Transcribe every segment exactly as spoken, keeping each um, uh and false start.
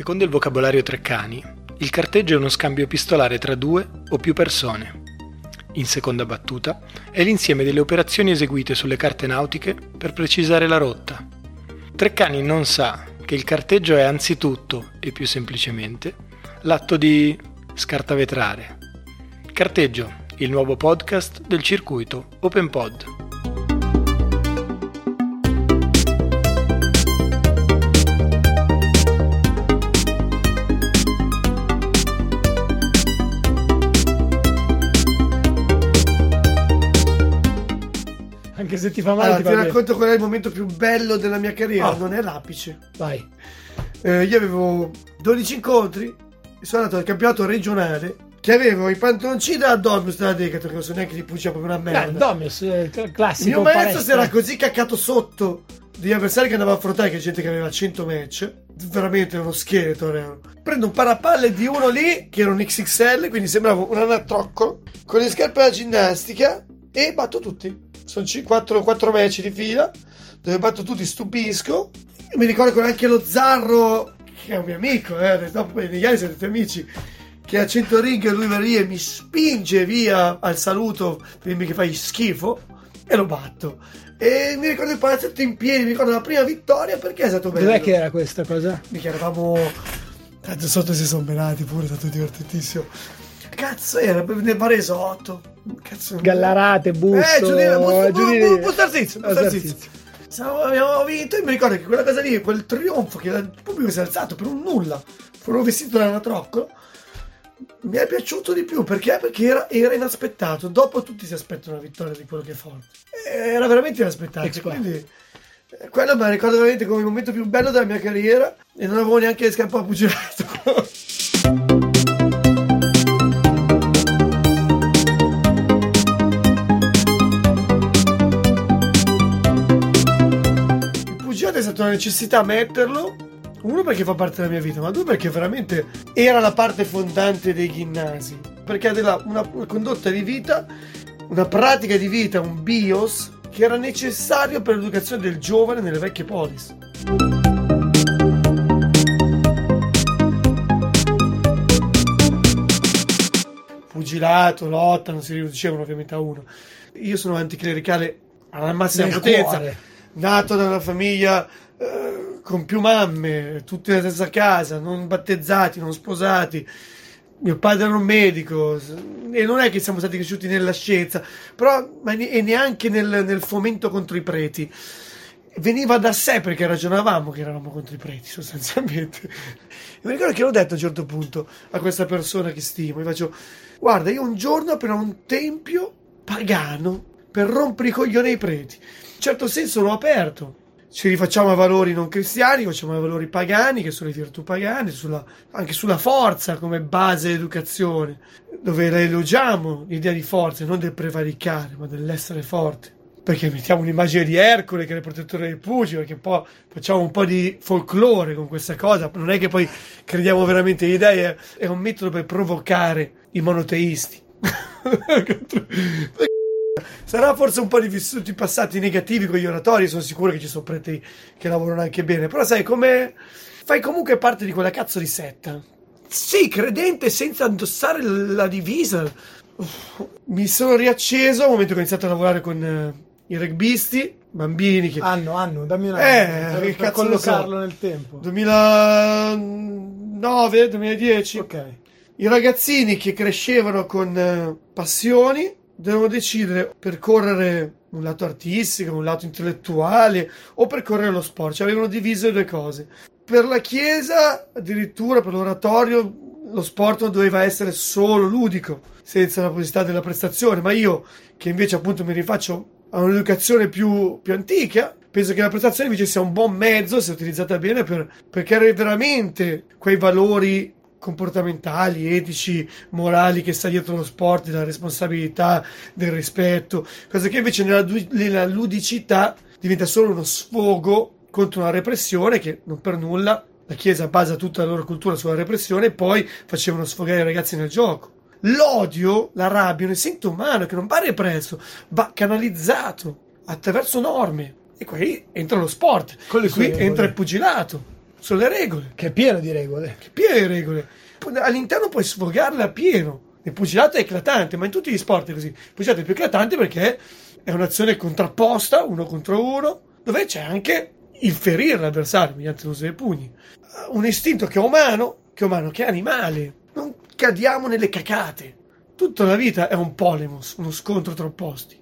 Secondo il vocabolario Treccani, il carteggio è uno scambio epistolare tra due o più persone. In seconda battuta, è l'insieme delle operazioni eseguite sulle carte nautiche per precisare la rotta. Treccani non sa che il carteggio è anzitutto, e più semplicemente, l'atto di scartavetrare. Carteggio, il nuovo podcast del circuito OpenPod. Anche se ti fa male, allora, ti, ti va racconto bene. qual è il momento più bello della mia carriera. Oh. Non è l'apice. Vai. Eh, io avevo dodici incontri e sono andato al campionato regionale che avevo i pantaloncini da Domus della Decathlon, che non so neanche di puccia, proprio una merda. Dai, Domus, eh, cl- classico. Il mio maestro palestra. si era così caccato sotto degli avversari che andava a affrontare, che gente che aveva cento match, veramente uno scheletro erano. Prendo un parapalle di uno lì che era un X X L, quindi sembrava un anatroccolo, con le scarpe da ginnastica, e batto tutti. Sono quattro match di fila dove batto tutti, stupisco. E mi ricordo con anche lo Zarro, che è un mio amico, eh, dopo negli anni siete amici, che a cento ring lui va lì e mi spinge via al saluto, dimmi che fai schifo, e lo batto. E mi ricordo il palazzetto in piedi, mi ricordo la prima vittoria, perché è stato bello. Dov'è che era questa cosa? Mica eravamo tanto sotto, si sono menati pure, è stato divertentissimo. Cazzo era nel Varesotto, cazzo, Gallarate, Busto, eh Giulia, Busto, giù di- Bu- Bu- Bustarzizio, Bustarzizio. Bustarzizio. Siamo- abbiamo vinto e mi ricordo che quella cosa lì, quel trionfo che il pubblico si è alzato per un nulla, fu vestito da anatroccolo, mi è piaciuto di più. Perché? Perché era, era inaspettato. Dopo tutti si aspettano una vittoria di quello che è forte, era veramente inaspettato. Ex qua. Quindi eh, quello me la ricordo veramente come il momento più bello della mia carriera, e non avevo neanche le scarpe a pugilato. È stata una necessità metterlo, uno perché fa parte della mia vita, ma due perché veramente era la parte fondante dei ginnasi, perché aveva una, una condotta di vita, una pratica di vita, un bios che era necessario per l'educazione del giovane nelle vecchie polis. Pugilato, lotta, non si riducevano ovviamente a uno. Io sono anticlericale alla massima Nel potenza, cuore. nato da una famiglia eh, con più mamme, tutti nella stessa casa, non battezzati, non sposati. Mio padre era un medico, e non è che siamo stati cresciuti nella scienza, però ma ne- e neanche nel, nel fomento contro i preti. Veniva da sé, perché ragionavamo che eravamo contro i preti sostanzialmente. E mi ricordo che l'ho detto a un certo punto a questa persona che stimo, gli faccio: guarda, io un giorno aprirò un tempio pagano per rompere i coglioni ai preti. In certo senso l'ho aperto, ci rifacciamo a valori non cristiani, facciamo a valori pagani, che sono le virtù pagane, sulla, anche sulla forza come base dell'educazione, dove la elogiamo l'idea di forza, non del prevaricare, ma dell'essere forte, perché mettiamo un'immagine di Ercole che era il protettore dei pugi, perché poi facciamo un po' di folklore con questa cosa, non è che poi crediamo veramente in idee, è un metodo per provocare i monoteisti. Sarà forse un po' di vissuti passati negativi con gli oratori, sono sicuro che ci sono preti che lavorano anche bene, però sai, come fai comunque parte di quella cazzo di setta. Sì, credente senza indossare la divisa. Uff, mi sono riacceso al momento che ho iniziato a lavorare con eh, i rugbisti, bambini che... Anno, anno, dammi una Eh, per, che per cazzo ne collocarlo so. nel tempo. duemilanove, duemiladieci. Ok. I ragazzini che crescevano con eh, passioni devono decidere percorrere un lato artistico, un lato intellettuale, o percorrere lo sport. Cioè avevano diviso le due cose. Per la chiesa, addirittura per l'oratorio, lo sport non doveva essere solo ludico, senza la possibilità della prestazione. Ma io, che invece appunto mi rifaccio a un'educazione più, più antica, penso che la prestazione invece sia un buon mezzo, se utilizzata bene, per, per creare veramente quei valori comportamentali, etici, morali che sta dietro lo sport, della responsabilità, del rispetto, cosa che invece nella, nella ludicità diventa solo uno sfogo contro una repressione che non per nulla la Chiesa basa tutta la loro cultura sulla repressione, e poi facevano sfogare i ragazzi nel gioco. L'odio, la rabbia, un istinto umano che non va represso, va canalizzato attraverso norme, e qui entra lo sport, Con le e qui sue entra regole. il pugilato. sono le regole. Che è pieno di regole. Che è pieno di regole. All'interno puoi sfogarle a pieno. Il pugilato è eclatante, ma in tutti gli sport è così. Il pugilato è più eclatante perché è un'azione contrapposta, uno contro uno, dove c'è anche il ferire l'avversario mediante l'uso dei pugni. Un istinto che è umano, che è umano, che è animale. Non cadiamo nelle cacate. Tutta la vita è un polemos, uno scontro tra opposti.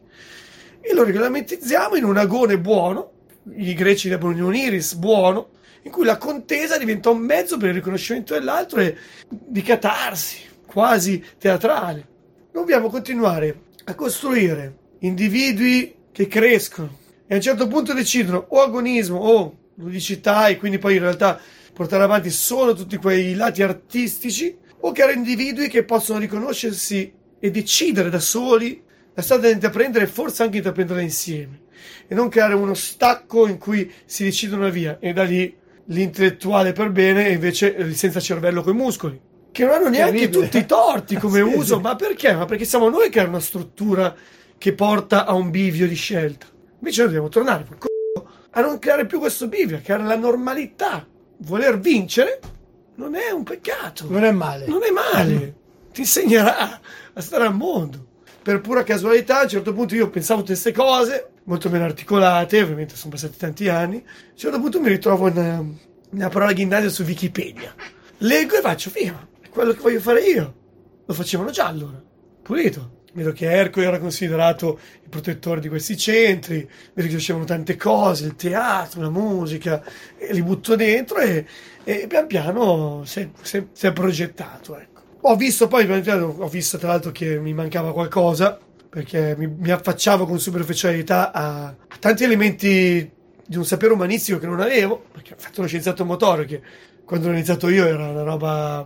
E lo regolamentizziamo in un agone buono, i greci debbono un iris buono, in cui la contesa diventa un mezzo per il riconoscimento dell'altro e di catarsi, quasi teatrale. Dobbiamo continuare a costruire individui che crescono e a un certo punto decidono o agonismo o ludicità, e quindi poi in realtà portare avanti solo tutti quei lati artistici, o creare individui che possono riconoscersi e decidere da soli la strada da intraprendere e forse anche intraprenderla insieme, e non creare uno stacco in cui si decidono una via e da lì l'intellettuale per bene e invece senza cervello coi muscoli, che non hanno neanche Terribile. tutti i torti come Sì, uso. sì. Ma perché? Ma perché siamo noi che hanno una struttura che porta a un bivio di scelta. Invece noi dobbiamo tornare col c***o a non creare più questo bivio, a creare la normalità. Voler vincere non è un peccato, Non è male. non è male, ti insegnerà a stare al mondo. Per pura casualità a un certo punto io pensavo tutte queste cose molto meno articolate, ovviamente sono passati tanti anni. A un certo punto mi ritrovo una, una parola ghignazia su Wikipedia, leggo e faccio figa, è quello che voglio fare io. Lo facevano già allora, pulito. Vedo che Ercole era considerato il protettore di questi centri, vedo che facevano tante cose, il teatro, la musica, e li butto dentro e, e pian piano si è, si è- si è progettato, ecco. Ho visto poi, pian piano, ho visto tra l'altro che mi mancava qualcosa, perché mi, mi affacciavo con superficialità a, a tanti elementi di un sapere umanistico che non avevo, perché ho fatto lo scienziato motore, che quando l'ho iniziato io era una roba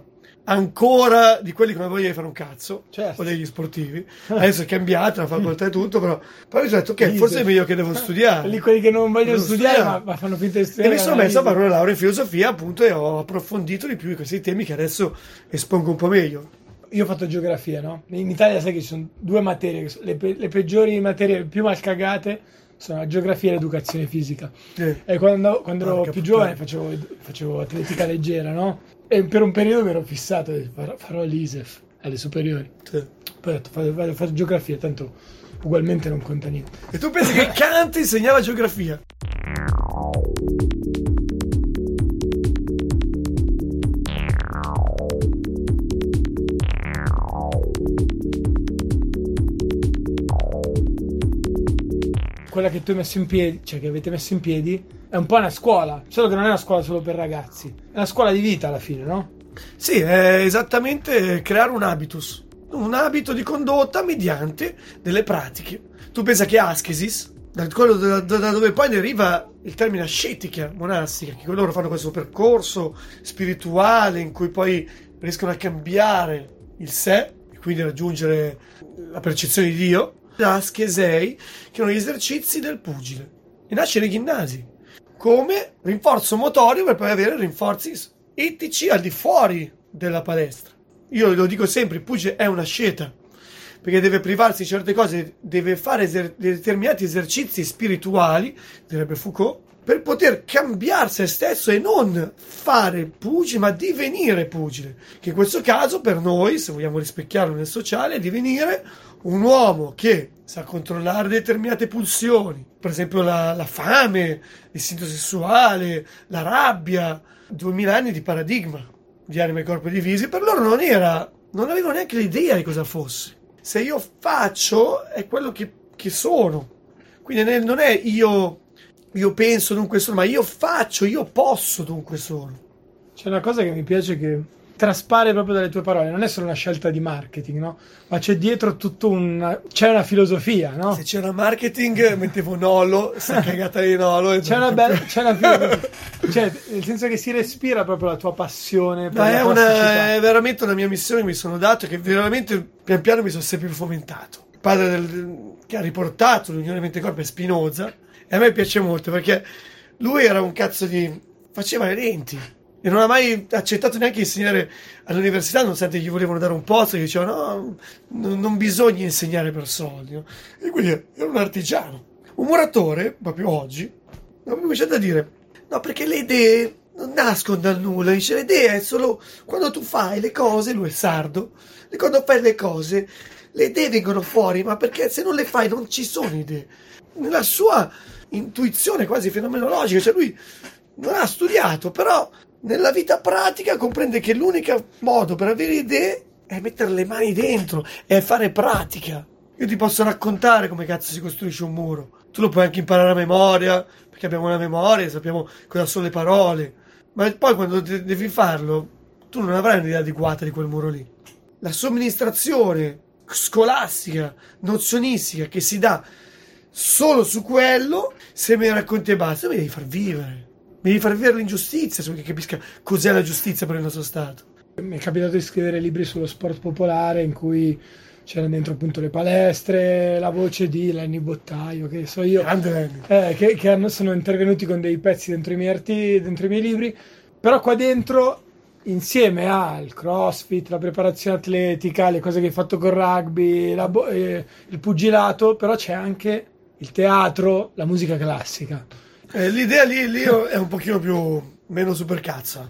ancora di quelli che non voglia di fare un cazzo, Certo. o degli sportivi. Adesso è cambiata la facoltà e tutto, però poi mi sono detto, ok, Lì, forse è sì. meglio che devo studiare. Lì quelli che non vogliono Devo studiare, studiare. Ma, ma fanno finta di E studiare. mi sono alla messo a risa. fare una laurea in filosofia, appunto, e ho approfondito di più di questi temi che adesso espongo un po' meglio. Io ho fatto geografia, no? In Italia sai che ci sono due materie, che sono le, pe- le peggiori materie, più mal cagate, sono la geografia e l'educazione fisica. Eh. E quando, quando ero Porca più puttana. giovane facevo, facevo atletica leggera, no? E per un periodo mi ero fissato, farò, farò l'I S E F alle superiori. Sì. Poi ho detto, vado, vado a fare geografia, tanto ugualmente non conta niente. E tu pensi che Kant insegnava geografia? Quella che tu hai messo in piedi, cioè che avete messo in piedi, è un po' una scuola, solo che non è una scuola solo per ragazzi, è una scuola di vita alla fine, no? Sì, è esattamente creare un habitus, un abito di condotta mediante delle pratiche. Tu pensa che ascesis, da, quello da, da dove poi deriva il termine ascetica monastica, che loro fanno questo percorso spirituale in cui poi riescono a cambiare il sé e quindi raggiungere la percezione di Dio. Aschesei, che sono gli esercizi del pugile, e nasce nei ginnasi come rinforzo motorio per poi avere rinforzi etici al di fuori della palestra. Io lo dico sempre, il pugile è una scelta, perché deve privarsi di certe cose, deve fare eser- determinati esercizi spirituali, direbbe Foucault, per poter cambiare se stesso e non fare pugile, ma divenire pugile, che in questo caso per noi, se vogliamo rispecchiarlo nel sociale, è divenire un uomo che sa controllare determinate pulsioni, per esempio la, la fame, l'istinto sessuale, la rabbia. Duemila anni di paradigma di anima e corpo divisi, per loro non era, non avevano neanche l'idea di cosa fosse. Se io faccio è quello che, che sono, quindi nel- non è io io penso dunque sono, ma io faccio, io posso dunque sono. C'è una cosa che mi piace che traspare proprio dalle tue parole, non è solo una scelta di marketing, no? Ma c'è dietro tutto un... c'è una filosofia, no? Se c'era marketing mettevo Nolo, sta cagata di Nolo e C'è una bella... c'è una filosofia, cioè, nel senso che si respira proprio la tua passione per Ma la è, plasticità. una, è veramente una mia missione che mi sono dato, che veramente pian piano mi sono sempre più fomentato. Il padre del, che ha riportato l'unione mente-corpo è Spinoza, e a me piace molto perché lui era un cazzo di... faceva le lenti e non ha mai accettato neanche di insegnare all'università, nonostante gli volevano dare un posto, gli dicevano no, non, non bisogna insegnare per soldi, no? E quindi era un artigiano. Un muratore, proprio oggi, mi ha cominciato a dire no, perché le idee non nasconde al nulla, dice le idee è solo quando tu fai le cose, lui è sardo, e quando fai le cose le idee vengono fuori, ma perché se non le fai non ci sono idee. Nella sua intuizione quasi fenomenologica, cioè lui non ha studiato, però nella vita pratica comprende che l'unico modo per avere idee è mettere le mani dentro, è fare pratica. Io ti posso raccontare come cazzo si costruisce un muro, tu lo puoi anche imparare a memoria, perché abbiamo una memoria, sappiamo cosa sono le parole, ma poi quando de- devi farlo tu non avrai un'idea adeguata di quel muro lì. La somministrazione scolastica, nozionistica che si dà solo su quello, se mi racconti e basta, mi devi far vivere, mi devi far vivere l'ingiustizia, perché capisca cos'è la giustizia per il nostro Stato. Mi è capitato di scrivere libri sullo sport popolare in cui c'erano dentro appunto le palestre, la voce di Lenny Bottaio, che so io, eh, che, che hanno, sono intervenuti con dei pezzi dentro i miei arti, dentro i miei libri, però qua dentro, insieme al crossfit, la preparazione atletica, le cose che hai fatto col rugby, la bo- eh, il pugilato, però c'è anche il teatro, la musica classica. Eh, l'idea lì, lì è un pochino più meno supercazza.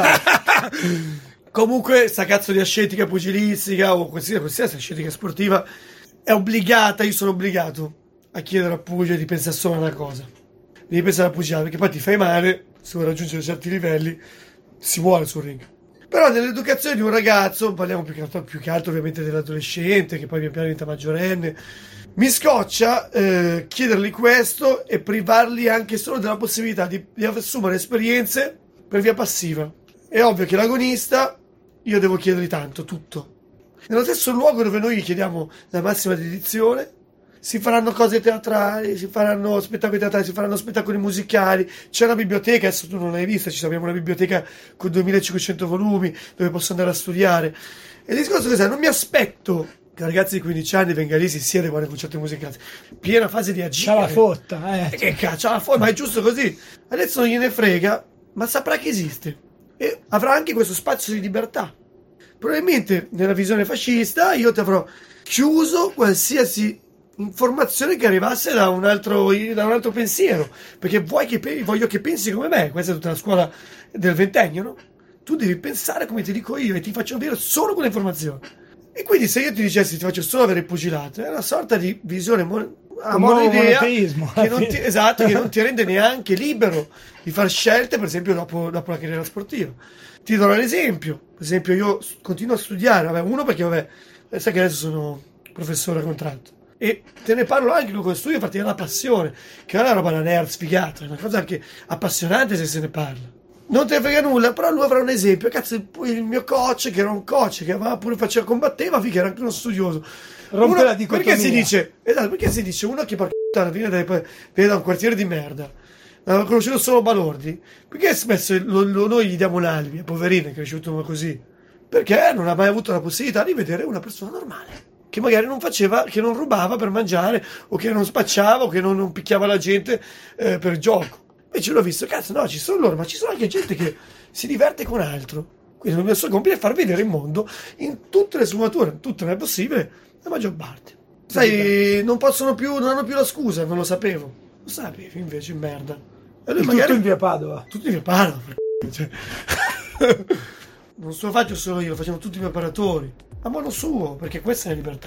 Comunque sta cazzo di ascetica pugilistica o qualsiasi, qualsiasi ascetica sportiva è obbligata, io sono obbligato a chiedere a Puglia di pensare solo a una cosa, devi pensare a pugilato, perché poi ti fai male se vuoi raggiungere certi livelli, si muore sul ring. Però nell'educazione di un ragazzo, parliamo più che altro, più che altro ovviamente dell'adolescente che poi pian piano diventa maggiorenne, mi scoccia eh, chiedergli questo e privarli anche solo della possibilità di, di assumere esperienze per via passiva. È ovvio che l'agonista io devo chiedergli tanto, tutto. Nello stesso luogo dove noi gli chiediamo la massima dedizione, si faranno cose teatrali, si faranno spettacoli teatrali, si faranno spettacoli musicali, c'è una biblioteca, adesso tu non l'hai vista, ci abbiamo una biblioteca con duemilacinquecento volumi dove posso andare a studiare. E il discorso è che non mi aspetto che un ragazzo di quindici anni venga lì, si siede e guarda i concerti musicali, piena fase di agire. C'ha la fotta, eh. Che cazzo, c'ha la fotta, ma è giusto così. Adesso non gliene frega, ma saprà che esiste. E avrà anche questo spazio di libertà. Probabilmente nella visione fascista io ti avrò chiuso qualsiasi informazione che arrivasse da un altro, da un altro pensiero, perché vuoi che, voglio che pensi come me. Questa è tutta la scuola del ventennio, no? Tu devi pensare come ti dico io e ti faccio avere solo quelle informazioni. E quindi se io ti dicessi ti faccio solo avere il pugilato, è una sorta di visione mon- a monoidea che non ti, esatto, che non ti rende neanche libero di fare scelte, per esempio dopo, dopo la carriera sportiva. Ti do un esempio, per esempio io continuo a studiare, vabbè, uno perché vabbè, sai che adesso sono professore a contratto e te ne parlo anche con lo studio perché è una passione, che non è una roba da nerd sfigata, è una cosa anche appassionante se se ne parla. Non te ne frega nulla, però lui avrà un esempio, cazzo, il mio coach che era un coach che aveva pure faceva combatteva, figa, era anche uno studioso. Rompe Uno, la dicotomia. perché si dice, esatto, perché si dice uno che porca viene da, viene da un quartiere di merda, aveva conosciuto solo balordi, perché spesso lo, lo, noi gli diamo un alibi, poverino, è cresciuto così, perché non ha mai avuto la possibilità di vedere una persona normale, che magari non faceva, che non rubava per mangiare, o che non spacciava, o che non, non picchiava la gente eh, per gioco. Invece l'ho visto, cazzo, no, ci sono loro, ma ci sono anche gente che si diverte con altro. Quindi il mio suo compito è far vedere il mondo in tutte le sfumature, tutto non è possibile, la maggior parte. Sai, non possono più, non hanno più la scusa, non lo sapevo. Lo sapevi invece, in merda. E lui magari... Tutto in via Padova. Tutto in via Padova, cioè. Non lo faccio solo io, lo facciamo tutti i preparatori. A modo suo, perché questa è la libertà.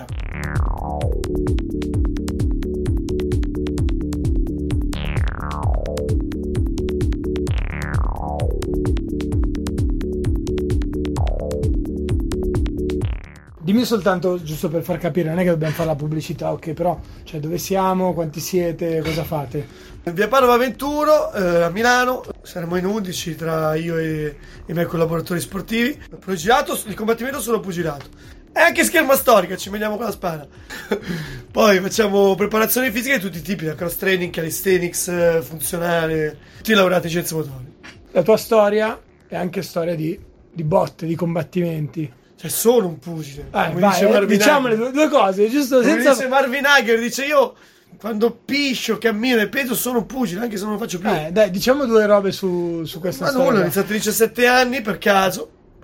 Dimmi soltanto, giusto per far capire, non è che dobbiamo fare la pubblicità, ok, però, cioè, dove siamo, quanti siete, cosa fate? In via Padova ventuno, eh, a Milano, saremo in undici tra io e i miei collaboratori sportivi. Pugilato, il combattimento solo pugilato. E anche scherma storica, ci vediamo con la spada. Poi facciamo preparazioni fisiche di tutti i tipi, da cross training, calisthenics, funzionale, tutti laureati in scienze motorie. La tua storia è anche storia di, di botte, di combattimenti. C'è solo un pugile. Eh, vai, eh, diciamo le due, due cose, giusto? Come Senza... dice Marvin Hager, dice io quando piscio, cammino e peso sono un pugile, anche se non lo faccio più. Eh, dai, diciamo due robe su, su questa Ma storia. nulla, ho iniziato a diciassette anni per caso,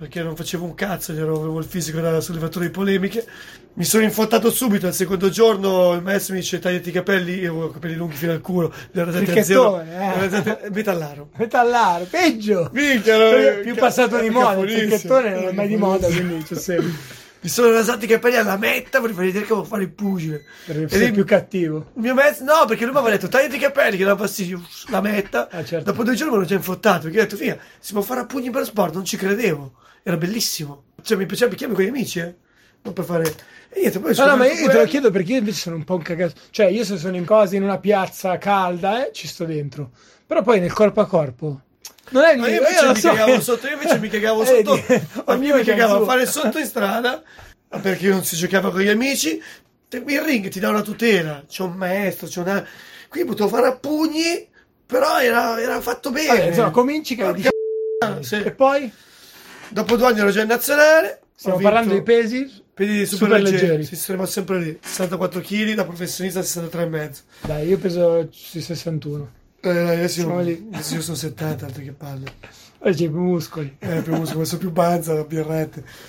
perché non facevo un cazzo, ero, avevo il fisico da sollevatore di polemiche. Mi sono infottato subito, al secondo giorno il maestro mi dice tagliati i capelli, io avevo i capelli lunghi fino al culo, li ho rasati a zero, eh. metallaro. Metallaro, peggio! Minchia, no, più passato di moda, il fricchettone non è mai di moda, quindi c'è sempre. Mi sono rasati i capelli alla metta per far vedere che avevo fare il pugile. Per essere più cattivo. Il mio maestro, no, perché lui mi aveva detto tagliati i capelli che dava fastidio, la metta. Ah, certo. Dopo due giorni me l'ho già infottato, perché ho detto via, si può fare a pugni per sport, non ci credevo. Era bellissimo. Cioè mi piaceva picchiarmi con gli amici, eh. Non per fare... E niente, poi no, no, ma io quello... te lo chiedo perché io invece sono un po' un cagato. Cioè io se sono in cose in una piazza calda, eh, ci sto dentro. Però poi nel corpo a corpo... Non è no, io invece mi so. cagavo sotto, io invece mi cagavo sotto. Ognuno mi cagava a fare sotto in strada. Perché non si giocava con gli amici, il ring ti dà una tutela, c'è un maestro, c'è una... qui potevo fare a pugni, però era, era fatto bene. Vabbè, insomma, cominci che dici... sì. E poi? Dopo due anni ero già in nazionale. Stiamo parlando di pesi? Pesi super, super leggeri. leggeri. Si siamo sempre lì, sessantaquato chili, da professionista sessantatré e mezzo. Dai, io peso sui sessantuno. Eh, adesso, io, adesso io sono settanta, altre che palle. Oggi hai più muscoli. Eh, più muscoli, sono più panza, birrette.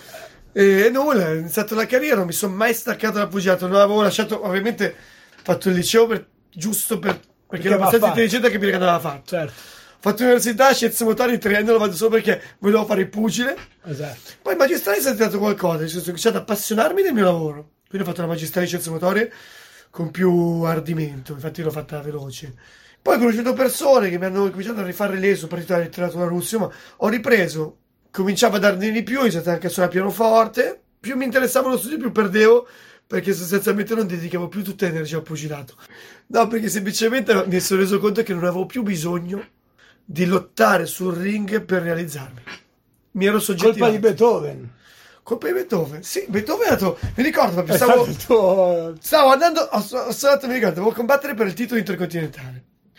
E nulla, ho iniziato la carriera, non mi sono mai staccato dal pugilato, non avevo lasciato, ovviamente ho fatto il liceo per, giusto per, perché, perché ero abbastanza intelligente a capire che andava fatto. Certo. Ho fatto l'università, scienze motorie, tre anni lo vado solo perché volevo fare il pugile. Esatto. Poi in magistrale è stato qualcosa, nel senso che ho iniziato ad appassionarmi del mio lavoro. Quindi ho fatto la magistrale di scienze motorie con più ardimento, infatti l'ho fatta veloce. Poi ho conosciuto persone che mi hanno cominciato a rifare le soprattutto la letteratura russa, ma ho ripreso. Cominciavo a darne di più, ho iniziato anche a suonare pianoforte, più mi interessava lo studio più perdevo, perché sostanzialmente non dedicavo più tutta l'energia al pugilato. No, perché semplicemente mi sono reso conto che non avevo più bisogno di lottare sul ring per realizzarmi. Mi ero soggettivato. Colpa di Beethoven. Colpa di Beethoven? Sì, Beethoven è stato... Mi ricordo, proprio, stavo, tuo... stavo andando, ho, ho suonato, mi ricordo, dovevo combattere per il titolo intercontinentale.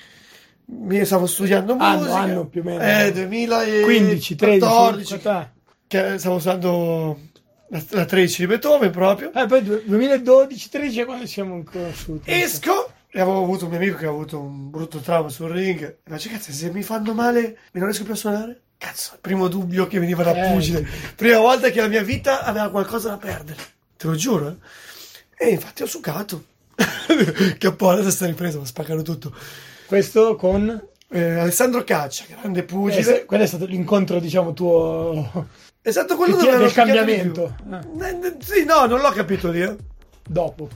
Mi stavo studiando musica, anno, anno più o meno eh, duemilaquindici tredici che stavo usando la, la tredici di Beethoven proprio. Eh, poi duemiladodici tredici è quando siamo conosciuti. Esco e avevo avuto un mio amico che ha avuto un brutto trauma sul ring. E mi dice, cazzo, se mi fanno male e non riesco più a suonare? Cazzo, il primo dubbio che veniva da eh, pugile. Sì. Prima volta che la mia vita aveva qualcosa da perdere. Te lo giuro, eh? E infatti ho succato. Che poi adesso sta ripreso, ma spaccano tutto. Questo con eh, Alessandro Caccia, grande pugile. Eh, quello è stato l'incontro, diciamo, tuo. È stato quello dove del cambiamento. Ah. Eh, sì, no, non l'ho capito lì. Eh. Dopo.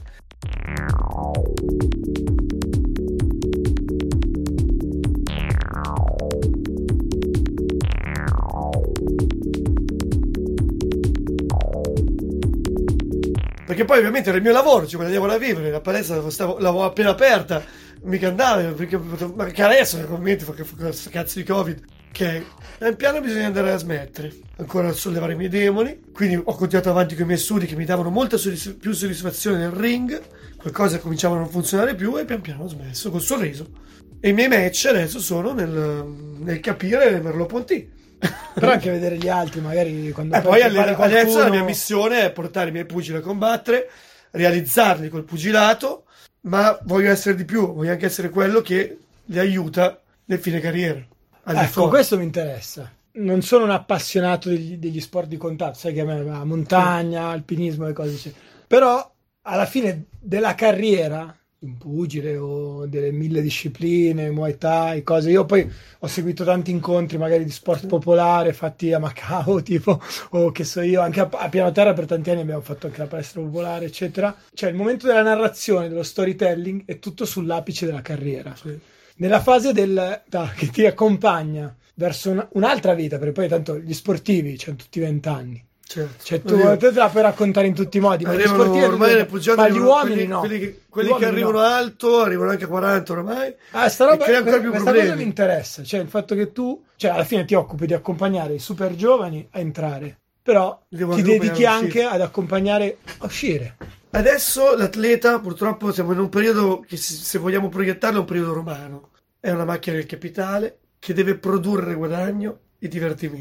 Perché poi ovviamente era il mio lavoro, ci guadagnavo da vivere, la palestra stavo, l'avevo appena aperta, mica andavo, perché, ma che adesso ovviamente fa questo cazzo di Covid, che pian piano bisogna andare a smettere, ancora a sollevare i miei demoni, quindi ho continuato avanti con i miei studi che mi davano molta soddisf- più soddisfazione nel ring, qualcosa cominciava a non funzionare più e pian piano ho smesso, col sorriso. E i miei match adesso sono nel, nel capire Merleau-Ponty. Però anche vedere gli altri magari quando e poi alle, qualcuno... adesso la mia missione è portare i miei pugili a combattere, realizzarli col pugilato, ma voglio essere di più, voglio anche essere quello che li aiuta nel fine carriera. Ecco, questo mi interessa. Non sono un appassionato degli, degli sport di contatto, sai che a me va montagna, sì. alpinismo e cose così, però alla fine della carriera in pugile o delle mille discipline, Muay Thai, cose. Io poi ho seguito tanti incontri magari di sport popolare fatti a Macao, tipo, o che so io, anche a, a Piano Terra per tanti anni abbiamo fatto anche la palestra popolare, eccetera. Cioè il momento della narrazione, dello storytelling è tutto sull'apice della carriera. Sì. Nella fase del da, che ti accompagna verso una, un'altra vita, perché poi tanto gli sportivi hanno tutti vent'anni. Certo. Cioè tu te la puoi raccontare in tutti i modi, ma, sportivi, ormai le pugiate, ma gli uomini quelli, no. Quelli che, quelli gli che arrivano no. alto arrivano anche a quaranta ormai. Ah, sta roba, e ancora più questa problemi. cosa mi interessa, cioè il fatto che tu, cioè alla fine ti occupi di accompagnare i super giovani a entrare, però Devo ti dedichi anche ad accompagnare a uscire. Adesso l'atleta, purtroppo siamo in un periodo che se vogliamo proiettarlo è un periodo romano. È una macchina del capitale che deve produrre guadagno e divertimento.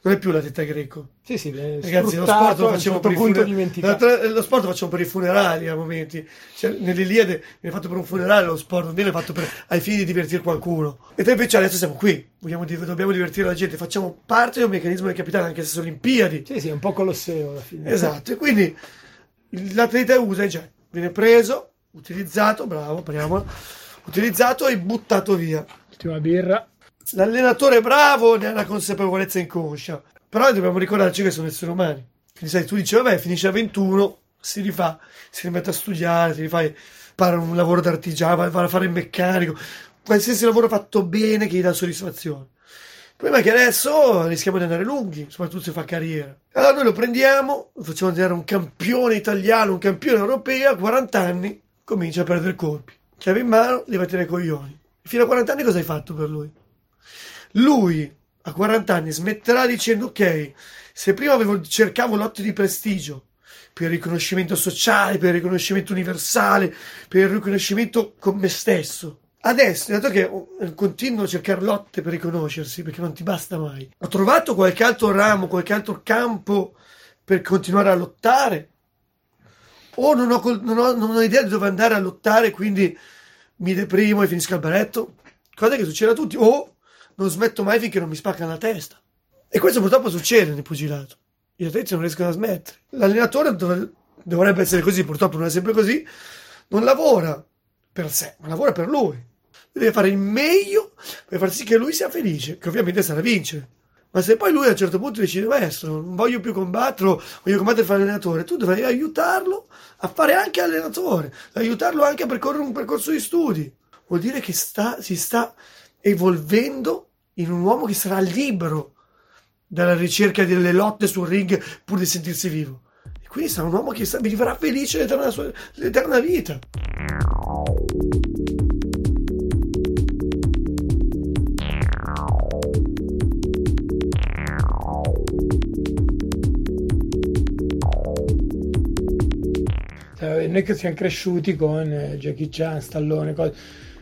non è più la tetta greco. Sì, sì, ragazzi, lo sport lo facciamo per i funerali. Lo sport lo facciamo per i funerali a momenti. Cioè, nell'Iliade viene fatto per un funerale lo sport, non viene fatto per, ai fini di divertire qualcuno. E poi invece adesso siamo qui, vogliamo, dobbiamo divertire la gente, facciamo parte di un meccanismo del capitale, anche se sono Olimpiadi. Sì, sì, è un po' Colosseo alla fine. Esatto, e quindi l'atleta usa, cioè, viene preso, utilizzato, bravo, prendiamolo, utilizzato e buttato via. Ultima birra. L'allenatore bravo ne ha una consapevolezza inconscia, però dobbiamo ricordarci che sono esseri umani. Quindi sai, tu dici, vabbè, finisce a ventuno, si rifà, si rimette a studiare, si rifai, fare un lavoro d'artigiano, va a fare il meccanico, qualsiasi lavoro fatto bene che gli dà soddisfazione. Il problema è che adesso rischiamo di andare lunghi, soprattutto se fa carriera. Allora noi lo prendiamo, lo facciamo diventare un campione italiano, un campione europeo, a quaranta anni comincia a perdere colpi. Chiave in mano, levati dai coglioni. Fino a quaranta anni cosa hai fatto per lui? Lui a quaranta anni smetterà dicendo ok, se prima avevo, cercavo lotti di prestigio per il riconoscimento sociale, per il riconoscimento universale, per il riconoscimento con me stesso, adesso, dato che continuo a cercare lotte per riconoscersi, perché non ti basta mai, ho trovato qualche altro ramo, qualche altro campo per continuare a lottare, o non ho, non ho, non ho idea di dove andare a lottare, quindi mi deprimo e finisco al baretto, cosa che succede a tutti, o non smetto mai finché non mi spaccano la testa. E questo purtroppo succede nel pugilato. Gli atleti non riescono a smettere. L'allenatore dov- dovrebbe essere così, purtroppo non è sempre così, non lavora per sé, ma lavora per lui. Deve fare il meglio per far sì che lui sia felice, che ovviamente sarà vincere. Ma se poi lui a un certo punto decide, maestro, non voglio più combattere, voglio combattere e fare allenatore, tu dovrai aiutarlo a fare anche allenatore, aiutarlo anche a percorrere un percorso di studi. Vuol dire che sta, si sta evolvendo in un uomo che sarà libero dalla ricerca delle lotte sul ring pur di sentirsi vivo, e quindi sarà un uomo che vivrà felice l'eterna, sua, l'eterna vita. Noi che siamo cresciuti con Jackie Chan, Stallone, cose,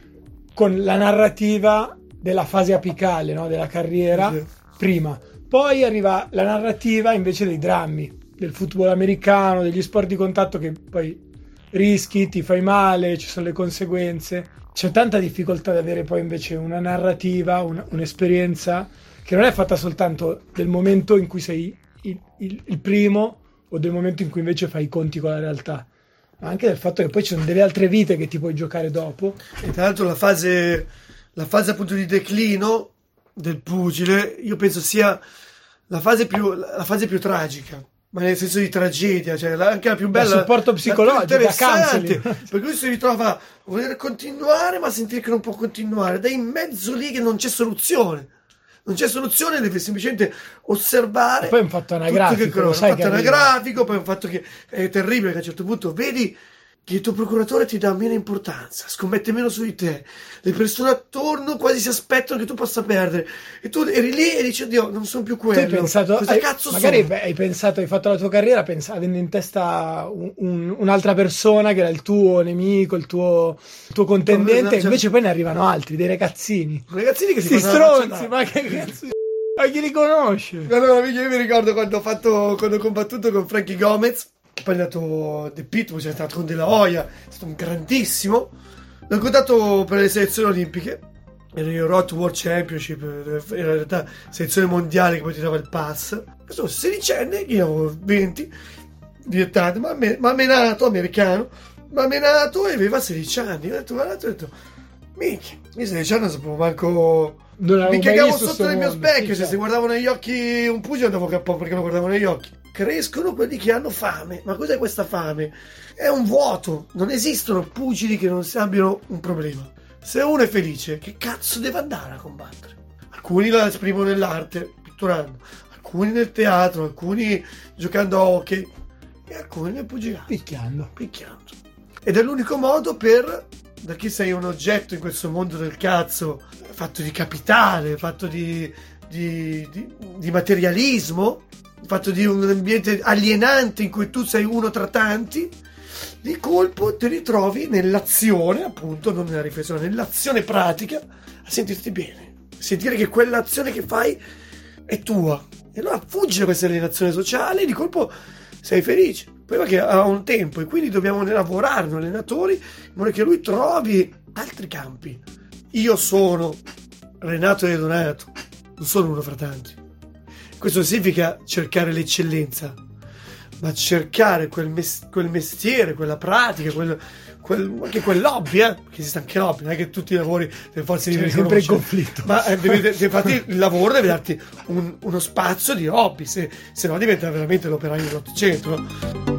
con la narrativa della fase apicale, no? Della carriera, sì. Prima. Poi arriva la narrativa invece dei drammi, del football americano, degli sport di contatto che poi rischi, ti fai male, ci sono le conseguenze. C'è tanta difficoltà ad avere poi invece una narrativa, un, un'esperienza che non è fatta soltanto del momento in cui sei il, il, il primo o del momento in cui invece fai i conti con la realtà, ma anche del fatto che poi ci sono delle altre vite che ti puoi giocare dopo. E tra l'altro la fase, la fase appunto di declino del pugile, io penso sia la fase più, la fase più tragica, ma nel senso di tragedia, cioè anche la più bella, il supporto psicologico, da counseling, perché lui si ritrova a voler continuare ma a sentire che non può continuare, da in mezzo lì che non c'è soluzione. Non c'è soluzione, deve semplicemente osservare. E poi è un fatto anagrafico, un fatto anagrafico, poi un fatto che è terribile, che a un certo punto vedi che il tuo procuratore ti dà meno importanza, scommette meno su di te, le persone attorno quasi si aspettano che tu possa perdere, e tu eri lì e dici oddio non sono più quello. Tu hai pensato, cosa hai, cazzo magari sono? hai pensato, hai fatto la tua carriera pensa, avendo in testa un, un, un'altra persona che era il tuo nemico, il tuo, il tuo contendente, e invece poi ne arrivano altri, dei ragazzini ragazzini che si Sti stronzi, ma che cazzo, ma chi li conosce? Allora, io mi ricordo quando ho fatto quando ho combattuto con Frankie Gomez, poi è andato The Pitbull, c'è stato con De La Hoya, è stato un grandissimo. L'ho incontrato per le selezioni olimpiche, era il Road to World Championship, era in realtà selezione mondiale che poi ti dava il pass. Sono sedicenne, io avevo venti, direttante, ma ha menato, americano, ma ha menato e aveva sedici anni. Ho detto, guardate, ho detto, minchia, io sedici anni non sapevo manco... Mi cagavo sotto nel mio specchio, se, se guardavo negli occhi un pugile andavo a capo perché lo guardavo negli occhi. Crescono quelli che hanno fame. Ma cos'è questa fame? È un vuoto. Non esistono pugili che non abbiano un problema. Se uno è felice, che cazzo deve andare a combattere? Alcuni la esprimono nell'arte, pitturando, alcuni nel teatro, alcuni giocando a hockey e alcuni nel pugilato, picchiando. picchiando. Ed è l'unico modo per, da chi sei un oggetto in questo mondo del cazzo, fatto di capitale, fatto di, di, di, di materialismo, fatto di un ambiente alienante in cui tu sei uno tra tanti, di colpo ti ritrovi nell'azione, appunto, non nella riflessione, nell'azione pratica, a sentirti bene, a sentire che quell'azione che fai è tua. E e allora fuggi da questa alienazione sociale e di colpo sei felice. Poi perché ha un tempo e quindi dobbiamo lavorare noi allenatori in modo che lui trovi altri campi. Io sono Renato e Donato, non sono uno fra tanti. Questo significa cercare l'eccellenza, ma cercare quel, mes- quel mestiere, quella pratica, quel, quel, anche quell'hobby, eh? Perché esiste anche l'hobby, non è che tutti i lavori per forza di C'è sempre il conflitto. Ma eh, deve, deve, infatti il lavoro deve darti un, uno spazio di hobby, se, se no diventa veramente l'operaio dell'Ottocento, no?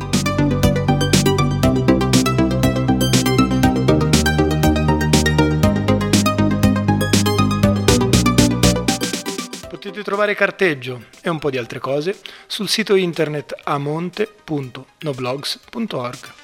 Potete trovare carteggio e un po' di altre cose sul sito internet amonte punto noblogs punto org.